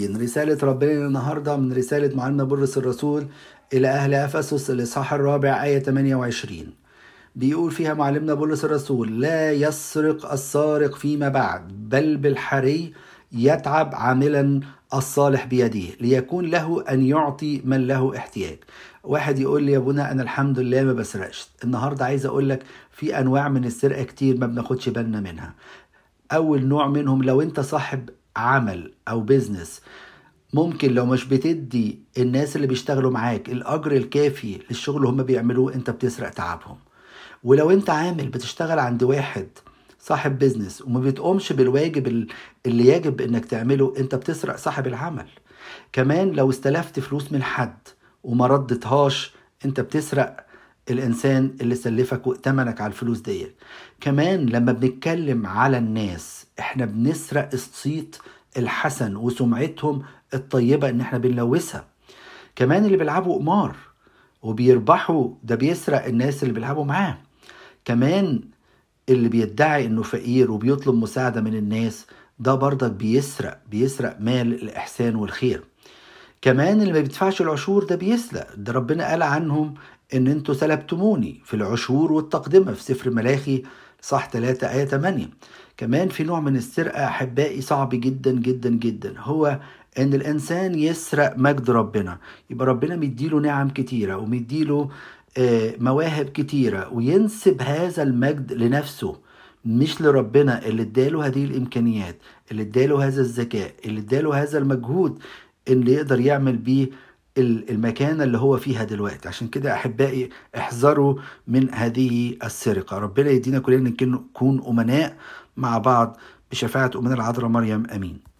رسالة ربنا النهاردة من رسالة معلمنا بولس الرسول إلى أهل أفسس الإصحاح 4 آية 28. بيقول فيها معلمنا بولس الرسول: لا يسرق السارق فيما بعد، بل بالحري يتعب عاملا الصالح بيده ليكون له أن يعطي من له احتياج. واحد يقول لي: يا ابونا أنا الحمد لله ما بسرقش. النهاردة عايز أقول لك في أنواع من السرقة كتير ما بناخدش بالنا منها. أول نوع منهم لو أنت صاحب عمل أو بيزنس، ممكن لو مش بتدي الناس اللي بيشتغلوا معاك الأجر الكافي للشغل اللي هم بيعملوه، انت بتسرق تعبهم. ولو انت عامل بتشتغل عند واحد صاحب بيزنس وما بتقومش بالواجب اللي يجب انك تعمله، انت بتسرق صاحب العمل. كمان لو استلفت فلوس من حد وما ردتهاش، انت بتسرق الانسان اللي سلفك واتمنك على الفلوس دي. كمان لما بنتكلم على الناس، احنا بنسرق الصيت الحسن وسمعتهم الطيبة ان احنا بنلوثها. كمان اللي بيلعبوا قمار وبيربحوا، ده بيسرق الناس اللي بيلعبوا معاه. كمان اللي بيدعي انه فقير وبيطلب مساعدة من الناس، ده برضك بيسرق مال الإحسان والخير. كمان اللي ما بيدفعش العشور ده بيسرق. ده ربنا قال عنهم ان انتوا سلبتموني في العشور والتقدمة في سفر ملاخي صح 3 آية 8. كمان في نوع من السرقة أحبائي صعب جدا جدا جدا، هو ان الانسان يسرق مجد ربنا. يبقى ربنا مديله نعم كتيرة ومديله مواهب كتيرة، وينسب هذا المجد لنفسه مش لربنا اللي اداله هذه الامكانيات، اللي اداله هذا الذكاء، اللي اداله هذا المجهود اللي يقدر يعمل بيه المكانة اللي هو فيها دلوقتي. عشان كده أحبائي احذروا من هذه السرقة. ربنا يدينا كلنا نكون أمناء مع بعض بشفاعة أمنا العذراء مريم. أمين.